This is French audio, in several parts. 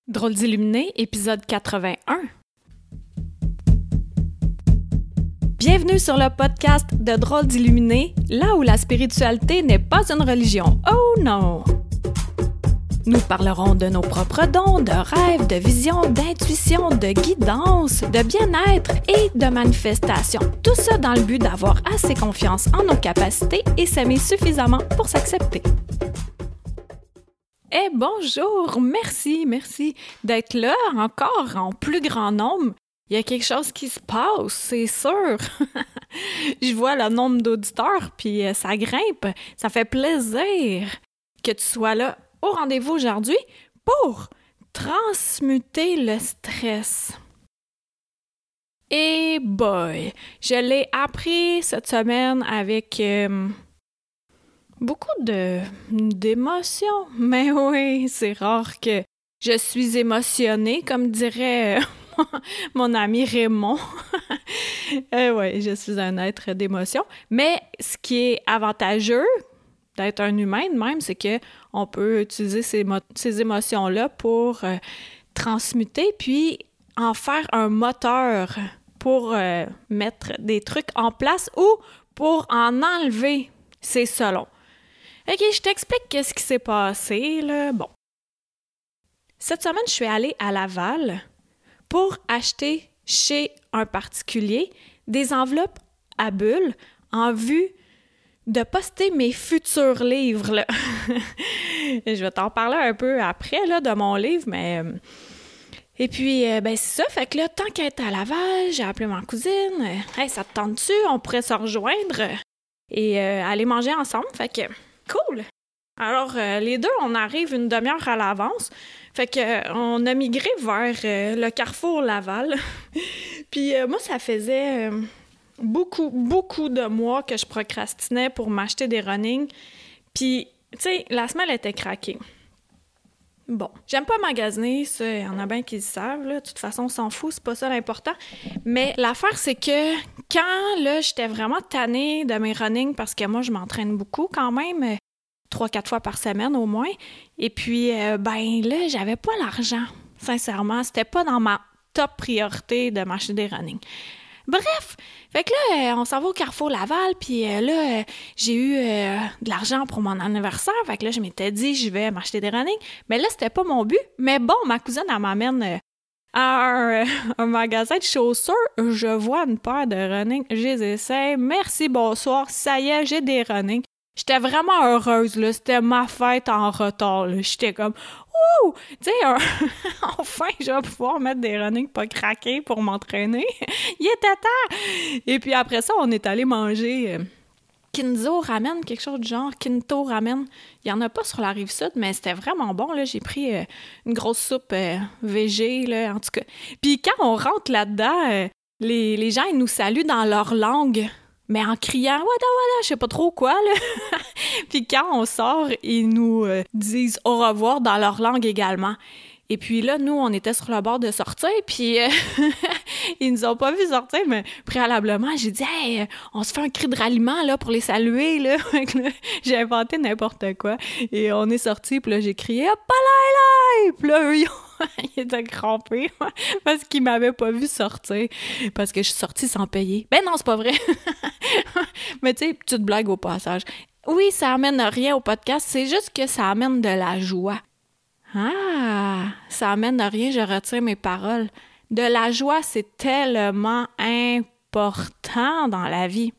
Drôles d'illuminés, épisode 81. Bienvenue sur le podcast de Drôles d'illuminés, là où la spiritualité n'est pas une religion. Oh non! Nous parlerons de nos propres dons, de rêves, de visions, d'intuition, de guidance, de bien-être et de manifestation. Tout ça dans le but d'avoir assez confiance en nos capacités et s'aimer suffisamment pour s'accepter. Eh bonjour, merci d'être là encore en plus grand nombre. Il y a quelque chose qui se passe, c'est sûr. Je vois le nombre d'auditeurs, puis ça grimpe. Ça fait plaisir que tu sois là au rendez-vous aujourd'hui pour transmuter le stress. Et boy, je l'ai appris cette semaine avec... beaucoup d'émotions. Mais oui, c'est rare que je suis émotionnée, comme dirait mon ami Raymond. Oui, je suis un être d'émotion. Mais ce qui est avantageux d'être un humain de même, c'est que on peut utiliser ces émotions-là pour transmuter, puis en faire un moteur pour mettre des trucs en place ou pour en enlever. C'est selon. OK, je t'explique qu'est-ce qui s'est passé, là. Bon. Cette semaine, je suis allée à Laval pour acheter chez un particulier des enveloppes à bulles en vue de poster mes futurs livres, là. Je vais t'en parler un peu après, là, de mon livre, mais... Et puis, c'est ça. Fait que là, tant qu'elle est à Laval, j'ai appelé ma cousine. « Hey, ça te tente-tu? On pourrait se rejoindre et aller manger ensemble. » Fait que... Cool! Alors, les deux, on arrive une demi-heure à l'avance. Fait que on a migré vers le carrefour Laval. Puis moi, ça faisait beaucoup de mois que je procrastinais pour m'acheter des running. Puis, tu sais, la semelle était craquée. Bon, j'aime pas magasiner, ça, il y en a bien qui le savent, là. De toute façon, on s'en fout, c'est pas ça l'important. Mais l'affaire, c'est que quand, là, j'étais vraiment tannée de mes running, parce que moi, je m'entraîne beaucoup quand même, 3-4 fois par semaine au moins, et puis, là, j'avais pas l'argent, sincèrement. C'était pas dans ma top priorité de m'acheter des running. Bref, fait que là, on s'en va au Carrefour Laval, puis là, j'ai eu de l'argent pour mon anniversaire, fait que là, je m'étais dit, je vais m'acheter des running, mais là, c'était pas mon but. Mais bon, ma cousine, elle m'amène à un magasin de chaussures, je vois une paire de running, je les essaie, merci, bonsoir, ça y est, j'ai des running. J'étais vraiment heureuse, là, c'était ma fête en retard, là, j'étais comme... Ouh! Tu sais, enfin, je vais pouvoir mettre des running pas craqués pour m'entraîner. Il était temps! Et puis après ça, on est allé manger Kinzo ramen, quelque chose du genre. Kinto ramen. Il n'y en a pas sur la Rive-Sud, mais c'était vraiment bon, là. J'ai pris une grosse soupe végé, là, en tout cas. Puis quand on rentre là-dedans, les gens, ils nous saluent dans leur langue. Mais en criant « Wada wada », je sais pas trop quoi, là. Puis quand on sort, ils nous disent au revoir dans leur langue également. Et puis là, nous, on était sur le bord de sortir, puis ils nous ont pas vu sortir, mais préalablement, j'ai dit « Hey, on se fait un cri de ralliement, là, pour les saluer, là. » J'ai inventé n'importe quoi. Et on est sortis, puis là, j'ai crié « Hop là! » Puis là, eux, ils étaient crampés parce qu'ils m'avaient pas vu sortir, parce que je suis sortie sans payer. Ben non, c'est pas vrai. Mais tu sais, petite blague au passage. Oui, ça amène rien au podcast, c'est juste que ça amène de la joie. Ah, ça amène rien, je retire mes paroles. De la joie, c'est tellement important dans la vie.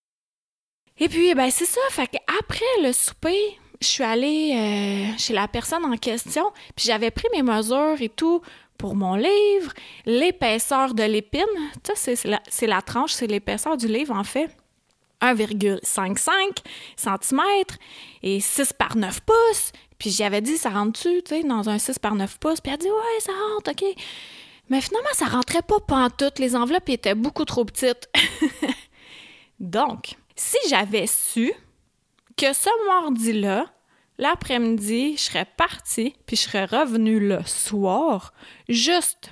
Et puis, c'est ça, fait qu'après le souper, je suis allée chez la personne en question, puis j'avais pris mes mesures et tout pour mon livre, l'épaisseur de l'épine, ça c'est la tranche, c'est l'épaisseur du livre en fait, 1,55 cm et 6 par 9 pouces, puis j'avais dit ça rentre-tu, tu sais, dans un 6 par 9 pouces, puis elle a dit ouais ça rentre, ok, mais finalement ça rentrait pas pantoute, les enveloppes étaient beaucoup trop petites. Donc, si j'avais su que ce mardi-là, l'après-midi, je serais partie, puis je serais revenue le soir, juste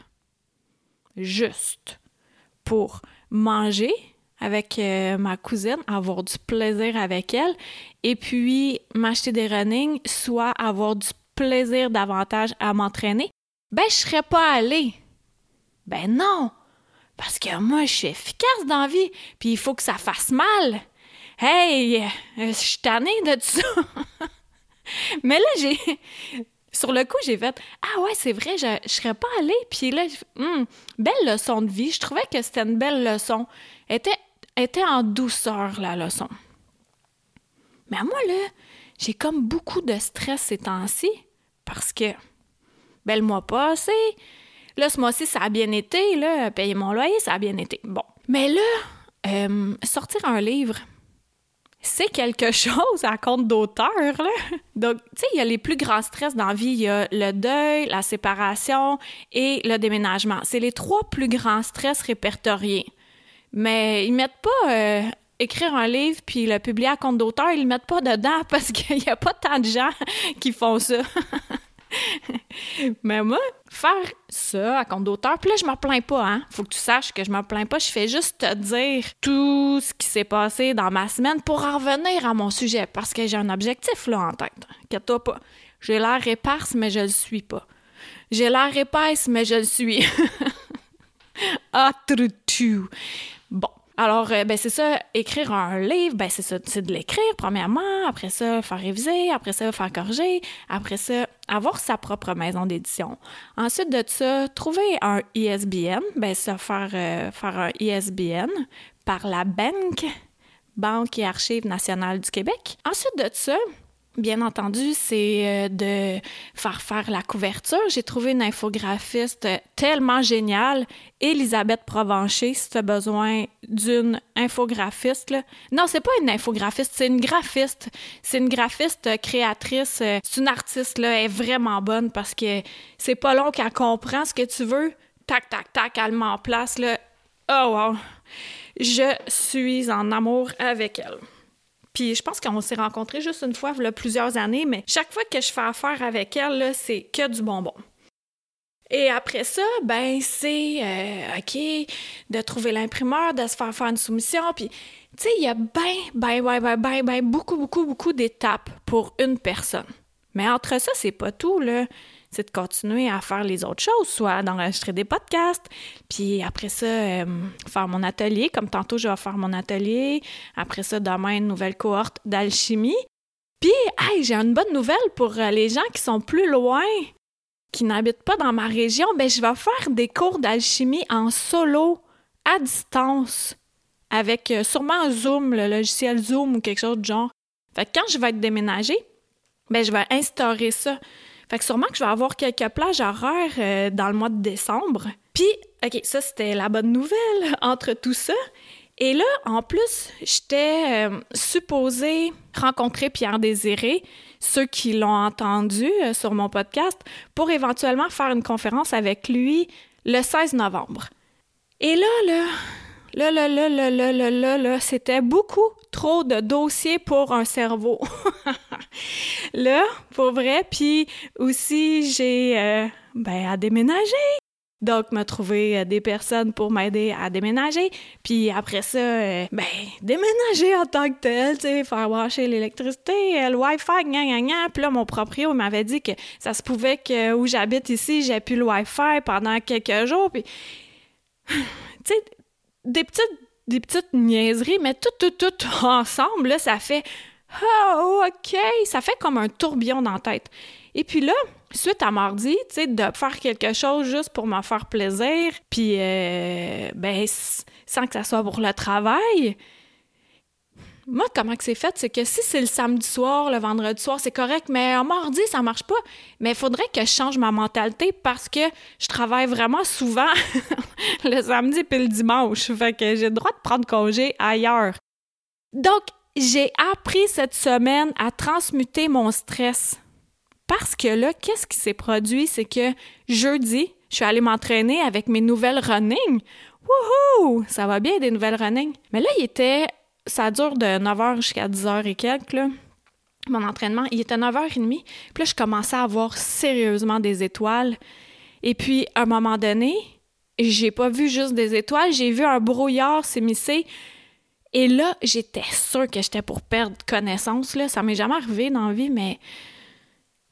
pour manger avec ma cousine, avoir du plaisir avec elle, et puis m'acheter des running, soit avoir du plaisir davantage à m'entraîner, ben je serais pas allée. Ben non, parce que moi, je suis efficace dans la vie, puis il faut que ça fasse mal. Hey, je suis tannée de ça. Mais là, sur le coup, j'ai fait « Ah ouais, c'est vrai, je serais pas allée. » Puis là, belle leçon de vie. Je trouvais que c'était une belle leçon. Était en douceur, la leçon. Mais moi, là, j'ai comme beaucoup de stress ces temps-ci parce que, le mois passé, là, ce mois-ci, ça a bien été, là, payer mon loyer, ça a bien été. Bon. Mais là, sortir un livre, c'est quelque chose à compte d'auteur, là. Donc, tu sais, il y a les plus grands stress dans la vie. Il y a le deuil, la séparation et le déménagement. C'est les 3 plus grands stress répertoriés. Mais ils mettent pas écrire un livre puis le publier à compte d'auteur, ils le mettent pas dedans parce qu'il y a pas tant de gens qui font ça. Mais moi, faire ça à compte d'auteur, puis là, je me plains pas, hein. Faut que tu saches que je me plains pas. Je fais juste te dire tout ce qui s'est passé dans ma semaine pour en revenir à mon sujet, parce que j'ai un objectif, là, en tête. Inquiète-toi pas. J'ai l'air éparse, mais je le suis pas. J'ai l'air épaisse, mais je le suis. Ah, tout. Bon. Alors, c'est ça, écrire un livre, c'est ça, c'est de l'écrire, premièrement, après ça, faire réviser, après ça, faire corriger, après ça, avoir sa propre maison d'édition. Ensuite de ça, trouver un ISBN, faire un ISBN par la Banque et Archives nationales du Québec. Ensuite de ça, bien entendu, c'est de faire la couverture. J'ai trouvé une infographiste tellement géniale, Elisabeth Provencher, si tu as besoin d'une infographiste. Là. Non, c'est pas une infographiste, c'est une graphiste. C'est une graphiste créatrice. C'est une artiste, là, elle est vraiment bonne parce que c'est pas long qu'elle comprend ce que tu veux. Tac, tac, tac, elle le met en place. Là. Oh wow! Je suis en amour avec elle. Puis je pense qu'on s'est rencontrés juste une fois, il y a plusieurs années, mais chaque fois que je fais affaire avec elle, là, c'est que du bonbon. Et après ça, c'est OK, de trouver l'imprimeur, de se faire une soumission. Puis, tu sais, il y a beaucoup d'étapes pour une personne. Mais entre ça, c'est pas tout, là. C'est de continuer à faire les autres choses, soit d'enregistrer des podcasts, puis après ça, faire mon atelier. Comme tantôt, je vais faire mon atelier. Après ça, demain, une nouvelle cohorte d'alchimie. Puis, hey, j'ai une bonne nouvelle pour les gens qui sont plus loin, qui n'habitent pas dans ma région. Je vais faire des cours d'alchimie en solo, à distance, avec sûrement Zoom, le logiciel Zoom ou quelque chose de genre. Fait que quand je vais être déménagée, je vais instaurer ça. Fait que sûrement que je vais avoir quelques plages horaires dans le mois de décembre. Puis, OK, ça, c'était la bonne nouvelle entre tout ça. Et là, en plus, j'étais supposée rencontrer Pierre Désiré, ceux qui l'ont entendu sur mon podcast, pour éventuellement faire une conférence avec lui le 16 novembre. Et là, c'était beaucoup trop de dossiers pour un cerveau. Là, pour vrai. Puis aussi, j'ai à déménager. Donc, me trouver des personnes pour m'aider à déménager. Puis après ça, déménager en tant que tel, tu sais, faire washer l'électricité, le Wi-Fi, gna. Puis là, mon proprio m'avait dit que ça se pouvait que où j'habite ici, j'ai plus le Wi-Fi pendant quelques jours. Puis, tu sais, des petites niaiseries, mais tout ensemble, là, ça fait « Oh, OK! » Ça fait comme un tourbillon dans la tête. Et puis là, suite à mardi, tu sais, de faire quelque chose juste pour me faire plaisir, puis, sans que ça soit pour le travail, moi, comment que c'est fait, c'est que si c'est le samedi soir, le vendredi soir, c'est correct, mais un mardi, ça marche pas. Mais il faudrait que je change ma mentalité parce que je travaille vraiment souvent le samedi puis le dimanche. Fait que j'ai le droit de prendre congé ailleurs. Donc, j'ai appris cette semaine à transmuter mon stress. Parce que là, qu'est-ce qui s'est produit? C'est que jeudi, je suis allée m'entraîner avec mes nouvelles running. Wouhou! Ça va bien, des nouvelles running. Mais là, ça dure de 9h jusqu'à 10h et quelques, là. Mon entraînement, il était 9h30. Puis là, je commençais à voir sérieusement des étoiles. Et puis, à un moment donné, j'ai pas vu juste des étoiles, j'ai vu un brouillard s'émisser. Et là, j'étais sûre que j'étais pour perdre connaissance, là. Ça m'est jamais arrivé dans la vie, mais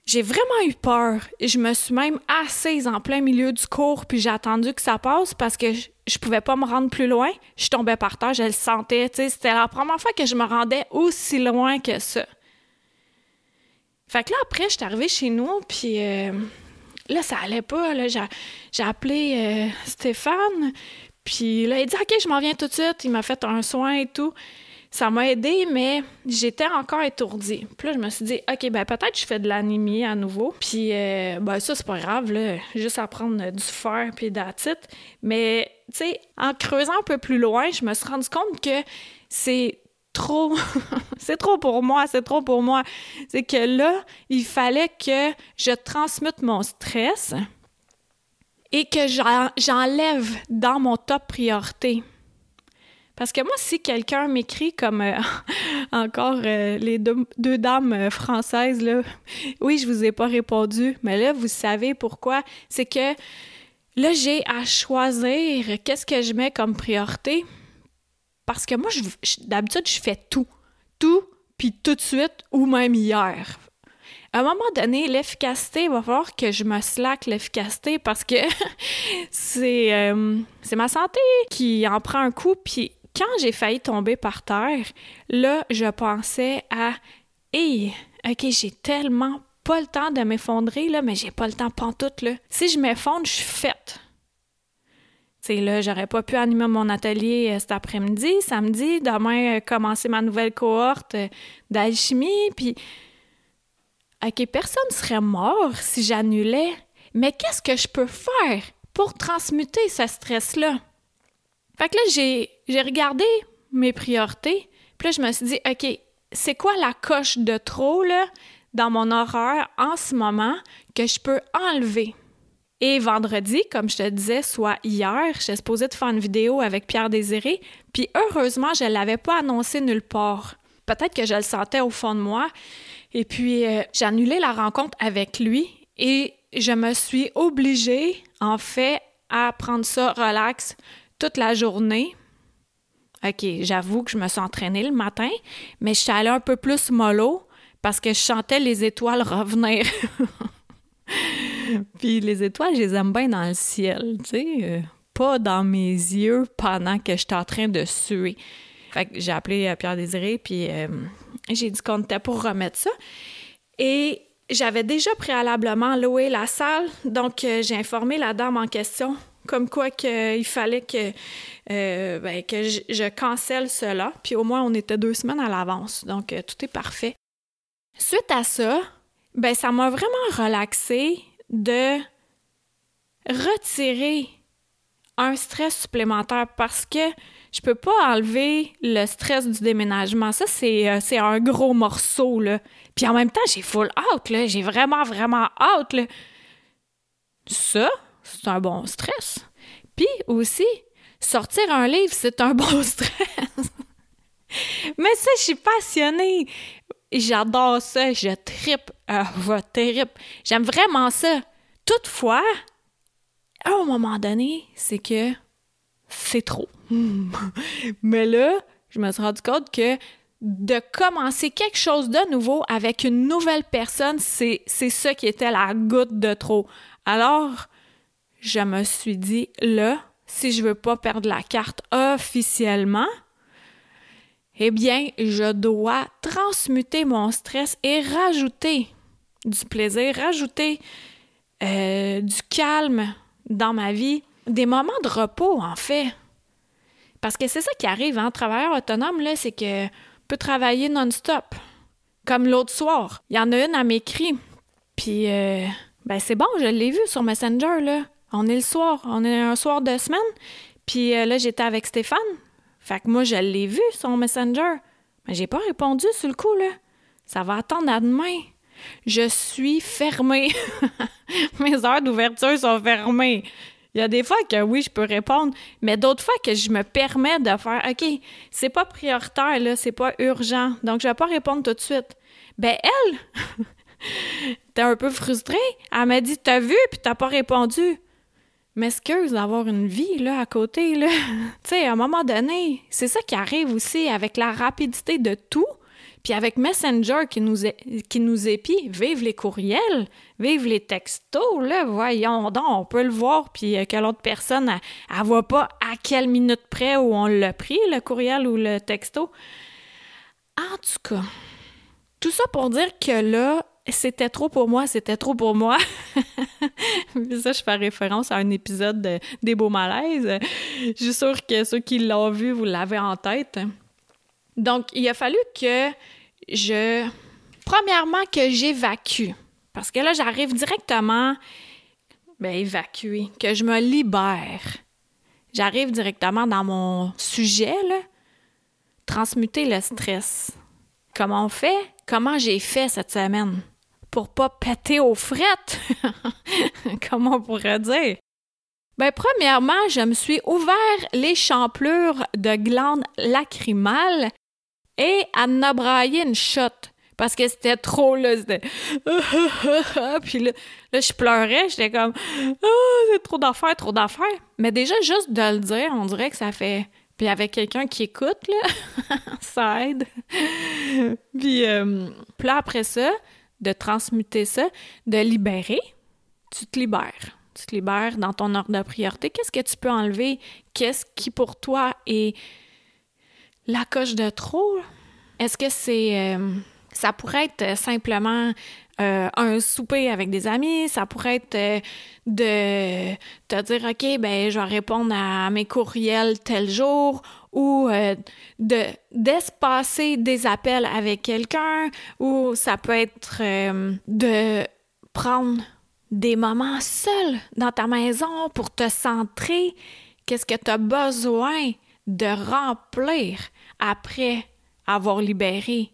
J'ai vraiment eu peur. Je me suis même assise en plein milieu du cours, puis j'ai attendu que ça passe parce que je pouvais pas me rendre plus loin. Je tombais par terre, je le sentais. Tu sais, c'était la première fois que je me rendais aussi loin que ça. Fait que là, après, je suis arrivée chez nous, puis là, ça allait pas. Là, j'ai appelé Stéphane, puis là, il dit « OK, je m'en viens tout de suite. » Il m'a fait un soin et tout. Ça m'a aidé, mais j'étais encore étourdie. Puis là, je me suis dit, OK, ben peut-être que je fais de l'anémie à nouveau. Puis, ben ça, c'est pas grave, là. Juste à prendre du fer puis that's it. Mais, tu sais, en creusant un peu plus loin, je me suis rendu compte que c'est trop... c'est trop pour moi. C'est que là, il fallait que je transmute mon stress et que j'enlève dans mon top priorité. Parce que moi, si quelqu'un m'écrit comme encore les deux dames françaises, là, oui, je vous ai pas répondu, mais là, vous savez pourquoi. C'est que là, j'ai à choisir qu'est-ce que je mets comme priorité. Parce que moi, d'habitude, je fais tout, puis tout de suite, ou même hier. À un moment donné, l'efficacité, il va falloir que je me slack l'efficacité parce que c'est ma santé qui en prend un coup, puis quand j'ai failli tomber par terre, là, je pensais à « Hey, OK, j'ai tellement pas le temps de m'effondrer, là, mais j'ai pas le temps pantoute, là. Si je m'effondre, je suis faite. » Tu sais, là, j'aurais pas pu animer mon atelier cet après-midi, samedi, demain, commencer ma nouvelle cohorte d'alchimie, puis... OK, personne serait mort si j'annulais, mais qu'est-ce que je peux faire pour transmuter ce stress-là? Fait que là, j'ai regardé mes priorités, puis là, je me suis dit, OK, c'est quoi la coche de trop, là, dans mon horaire en ce moment que je peux enlever? Et vendredi, comme je te disais, soit hier, j'étais supposée de faire une vidéo avec Pierre Désiré, puis heureusement, je ne l'avais pas annoncé nulle part. Peut-être que je le sentais au fond de moi, et puis j'ai annulé la rencontre avec lui, et je me suis obligée, en fait, à prendre ça relax toute la journée. OK, j'avoue que je me suis entraînée le matin, mais je suis allée un peu plus mollo parce que je sentais les étoiles revenir. Puis les étoiles, je les aime bien dans le ciel, tu sais, pas dans mes yeux pendant que j'étais en train de suer. Fait que j'ai appelé Pierre Désiré, puis j'ai dit qu'on était pour remettre ça. Et j'avais déjà préalablement loué la salle, donc j'ai informé la dame en question comme quoi qu'il fallait que je cancelle cela. Puis au moins, on était 2 semaines à l'avance. Donc, tout est parfait. Suite à ça, ben ça m'a vraiment relaxée de retirer un stress supplémentaire parce que je peux pas enlever le stress du déménagement. Ça, c'est un gros morceau, là. Puis en même temps, j'ai full out, là. J'ai vraiment, vraiment out, là. Ça, c'est un bon stress. Puis aussi, sortir un livre, c'est un bon stress. Mais ça, je suis passionnée. J'adore ça. Je trippe. Terrible. J'aime vraiment ça. Toutefois, à un moment donné, c'est que c'est trop. Mais là, je me suis rendu compte que de commencer quelque chose de nouveau avec une nouvelle personne, c'est ça qui était la goutte de trop. Alors, je me suis dit, là, si je veux pas perdre la carte officiellement, eh bien, je dois transmuter mon stress et rajouter du plaisir, rajouter du calme dans ma vie, des moments de repos, en fait. Parce que c'est ça qui arrive, hein, travailleur autonome, là, c'est que peut travailler non-stop. Comme l'autre soir, il y en a une, elle m'écrit, puis c'est bon, je l'ai vu sur Messenger, là. On est un soir de semaine, puis là, j'étais avec Stéphane. Fait que moi, je l'ai vu sur Messenger. Mais j'ai pas répondu sur le coup, là. Ça va attendre à demain. Je suis fermée. Mes heures d'ouverture sont fermées. Il y a des fois que oui, je peux répondre, mais d'autres fois que je me permets de faire « OK, c'est pas prioritaire, là, c'est pas urgent, donc je vais pas répondre tout de suite. » Ben elle, t'es un peu frustrée. Elle m'a dit « T'as vu, puis t'as pas répondu. » M'excuse d'avoir une vie, là, à côté, là. Tu sais, à un moment donné, c'est ça qui arrive aussi avec la rapidité de tout, Puis avec Messenger qui nous épie, vive les courriels, vive les textos, là, voyons donc, on peut le voir, puis que l'autre personne, elle voit pas à quelle minute près où on l'a pris, le courriel ou le texto. En tout cas, tout ça pour dire que là, c'était trop pour moi. Puis ça, je fais référence à un épisode des Beaux Malaises. Je suis sûre que ceux qui l'ont vu, vous l'avez en tête. Donc, il a fallu que premièrement, que j'évacue. Parce que là, j'arrive directement, évacuer, que je me libère. J'arrive directement dans mon sujet, là, transmuter le stress. Comment on fait? Comment j'ai fait cette semaine? Pour pas péter aux frettes, comment on pourrait dire? Premièrement, je me suis ouvert les champlures de glandes lacrymales et à en a braillé une shot. Parce que c'était trop, là, c'était... Puis là, je pleurais, j'étais comme... c'est trop d'affaires. Mais déjà, juste de le dire, on dirait que ça fait... Puis avec quelqu'un qui écoute, là, ça aide. Puis là, après ça, de transmuter ça, de libérer, tu te libères. Tu te libères dans ton ordre de priorité. Qu'est-ce que tu peux enlever? Qu'est-ce qui, pour toi, est la coche de trop? Est-ce que c'est... ça pourrait être simplement un souper avec des amis, ça pourrait être de te dire « OK, je vais répondre à mes courriels tel jour » ou d'espacer des appels avec quelqu'un, ou ça peut être de prendre des moments seuls dans ta maison pour te centrer. Qu'est-ce que tu as besoin de remplir après avoir libéré?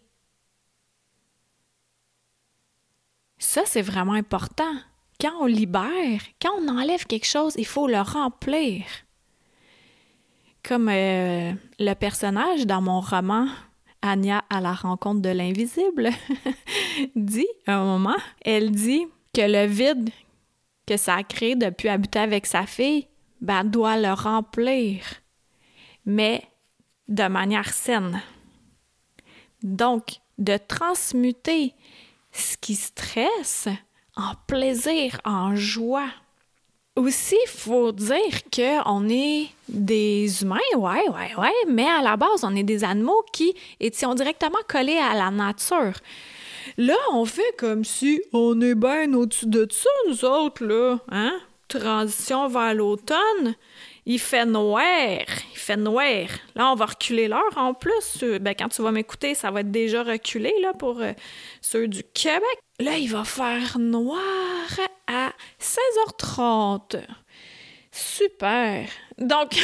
Ça, c'est vraiment important. Quand on libère, quand on enlève quelque chose, il faut le remplir. Comme le personnage dans mon roman « Anya à la rencontre de l'invisible » dit, à un moment, elle dit que le vide que ça a créé depuis habiter avec sa fille, elle doit le remplir, mais de manière saine. Donc, de transmuter ce qui stresse en plaisir, en joie. Aussi, il faut dire qu'on est des humains, ouais, mais à la base, on est des animaux qui étions directement collés à la nature. Là, on fait comme si on est bien au-dessus de ça, nous autres, là, hein? Transition vers l'automne, il fait noir. Là, on va reculer l'heure en plus. Quand tu vas m'écouter, ça va être déjà reculé là, pour ceux du Québec. Là, il va faire noir à 16h30. Super! Donc,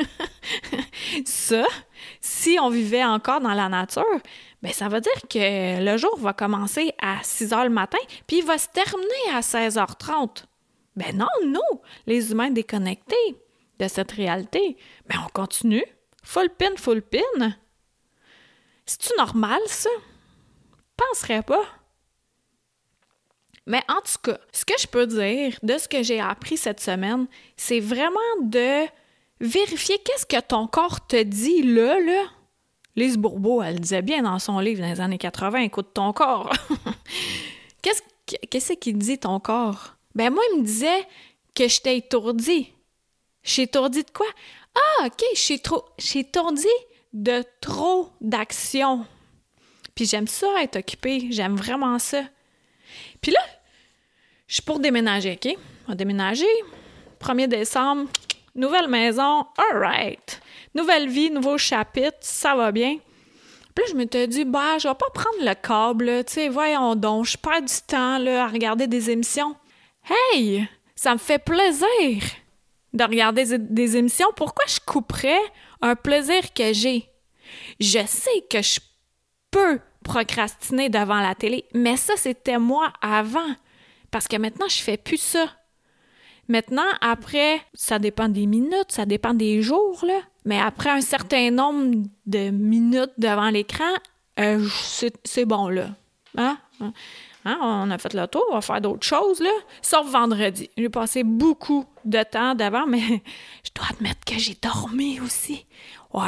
ça, si on vivait encore dans la nature, ça veut dire que le jour va commencer à 6h le matin, puis il va se terminer à 16h30. Non, nous, les humains déconnectés de cette réalité, on continue. Full pin. C'est-tu normal, ça? Penserais pas. Mais en tout cas, ce que je peux dire de ce que j'ai appris cette semaine, c'est vraiment de vérifier qu'est-ce que ton corps te dit là. Lise Bourbeau, elle disait bien dans son livre dans les années 80, écoute ton corps. Qu'est-ce qu'il dit ton corps? Moi, il me disait que j'étais étourdie. Je suis étourdie de quoi? Ah, OK, je suis étourdie de trop d'action. Puis j'aime ça, être occupée. J'aime vraiment ça. Puis là, je suis pour déménager, OK? On va déménager. 1er décembre, nouvelle maison, all right. Nouvelle vie, nouveau chapitre, ça va bien. Puis là, je m'étais dit, je vais pas prendre le câble, tu sais, voyons donc, je perds du temps là, à regarder des émissions. Hey, ça me fait plaisir de regarder des émissions. Pourquoi je couperais un plaisir que j'ai? Je sais que je peux procrastiner devant la télé, mais ça, c'était moi avant. Parce que maintenant, je fais plus ça. Maintenant, après, ça dépend des minutes, ça dépend des jours, là. Mais après un certain nombre de minutes devant l'écran, c'est bon, là. Hein? On a fait le tour, on va faire d'autres choses, là. Sauf vendredi. J'ai passé beaucoup de temps devant, mais je dois admettre que j'ai dormi aussi. Ouais,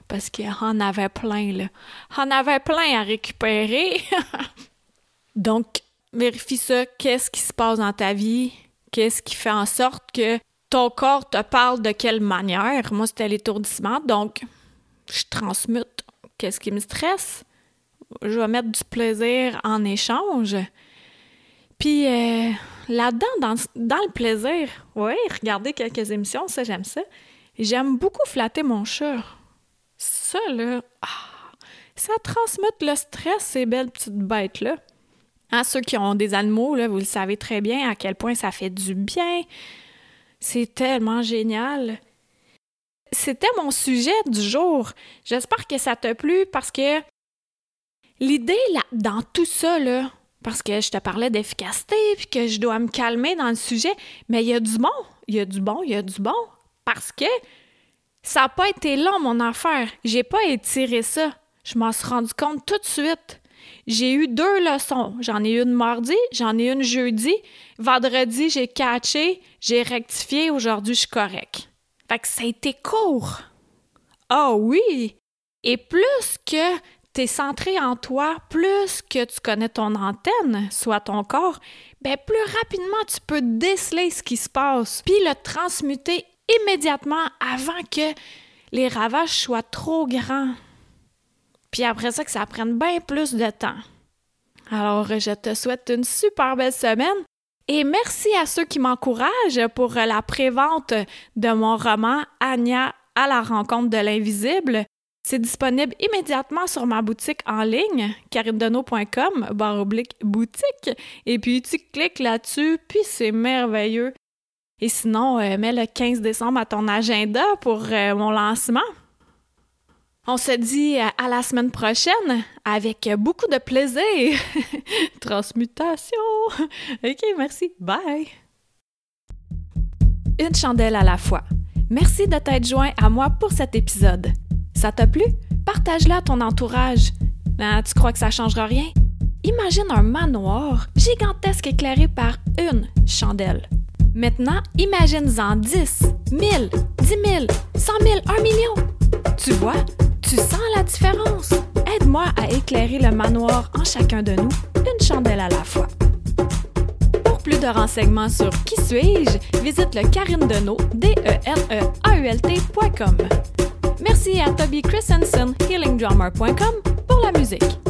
parce qu'il en avait plein, là. En avait plein à récupérer. Donc, vérifie ça. Qu'est-ce qui se passe dans ta vie? Qu'est-ce qui fait en sorte que ton corps te parle de quelle manière? Moi, c'était l'étourdissement, donc je transmute. Qu'est-ce qui me stresse? Je vais mettre du plaisir en échange. Puis là-dedans, dans le plaisir, oui, regarder quelques émissions, ça, j'aime ça. J'aime beaucoup flatter mon chat. Ça, là, ça transmute le stress, ces belles petites bêtes-là. Hein, ceux qui ont des animaux, là, vous le savez très bien à quel point ça fait du bien. C'est tellement génial. C'était mon sujet du jour. J'espère que ça t'a plu parce que l'idée là, dans tout ça, là, parce que je te parlais d'efficacité puis que je dois me calmer dans le sujet, mais il y a du bon, il y a du bon, il y a du bon. Parce que ça n'a pas été long, mon affaire. J'ai pas étiré ça. Je m'en suis rendu compte tout de suite. J'ai eu 2 leçons. J'en ai une mardi, j'en ai une jeudi. Vendredi, j'ai catché, j'ai rectifié. Aujourd'hui, je suis correct. Fait que ça a été court. Ah oui! Et plus que tu es centré en toi, plus que tu connais ton antenne, soit ton corps, bien plus rapidement tu peux déceler ce qui se passe, puis le transmuter immédiatement avant que les ravages soient trop grands. Puis après ça, que ça prenne bien plus de temps. Alors, je te souhaite une super belle semaine et merci à ceux qui m'encouragent pour la prévente de mon roman « Anya à la rencontre de l'invisible ». C'est disponible immédiatement sur ma boutique en ligne, karinedeneau.com/boutique. Et puis, tu cliques là-dessus, puis c'est merveilleux. Et sinon, mets le 15 décembre à ton agenda pour mon lancement. On se dit à la semaine prochaine avec beaucoup de plaisir. Transmutation. OK, merci. Bye. Une chandelle à la fois. Merci de t'être joint à moi pour cet épisode. Ça t'a plu? Partage-le à ton entourage. Tu crois que ça changera rien? Imagine un manoir gigantesque éclairé par une chandelle. Maintenant, imagine-en 10, 1000, 10 000, 100 000, 1 million. Tu vois? Tu sens la différence? Aide-moi à éclairer le manoir en chacun de nous, une chandelle à la fois. Pour plus de renseignements sur Qui suis-je, visite le karinedeneau, DENEAULT.com. Merci à Toby Christensen, healingdrummer.com pour la musique.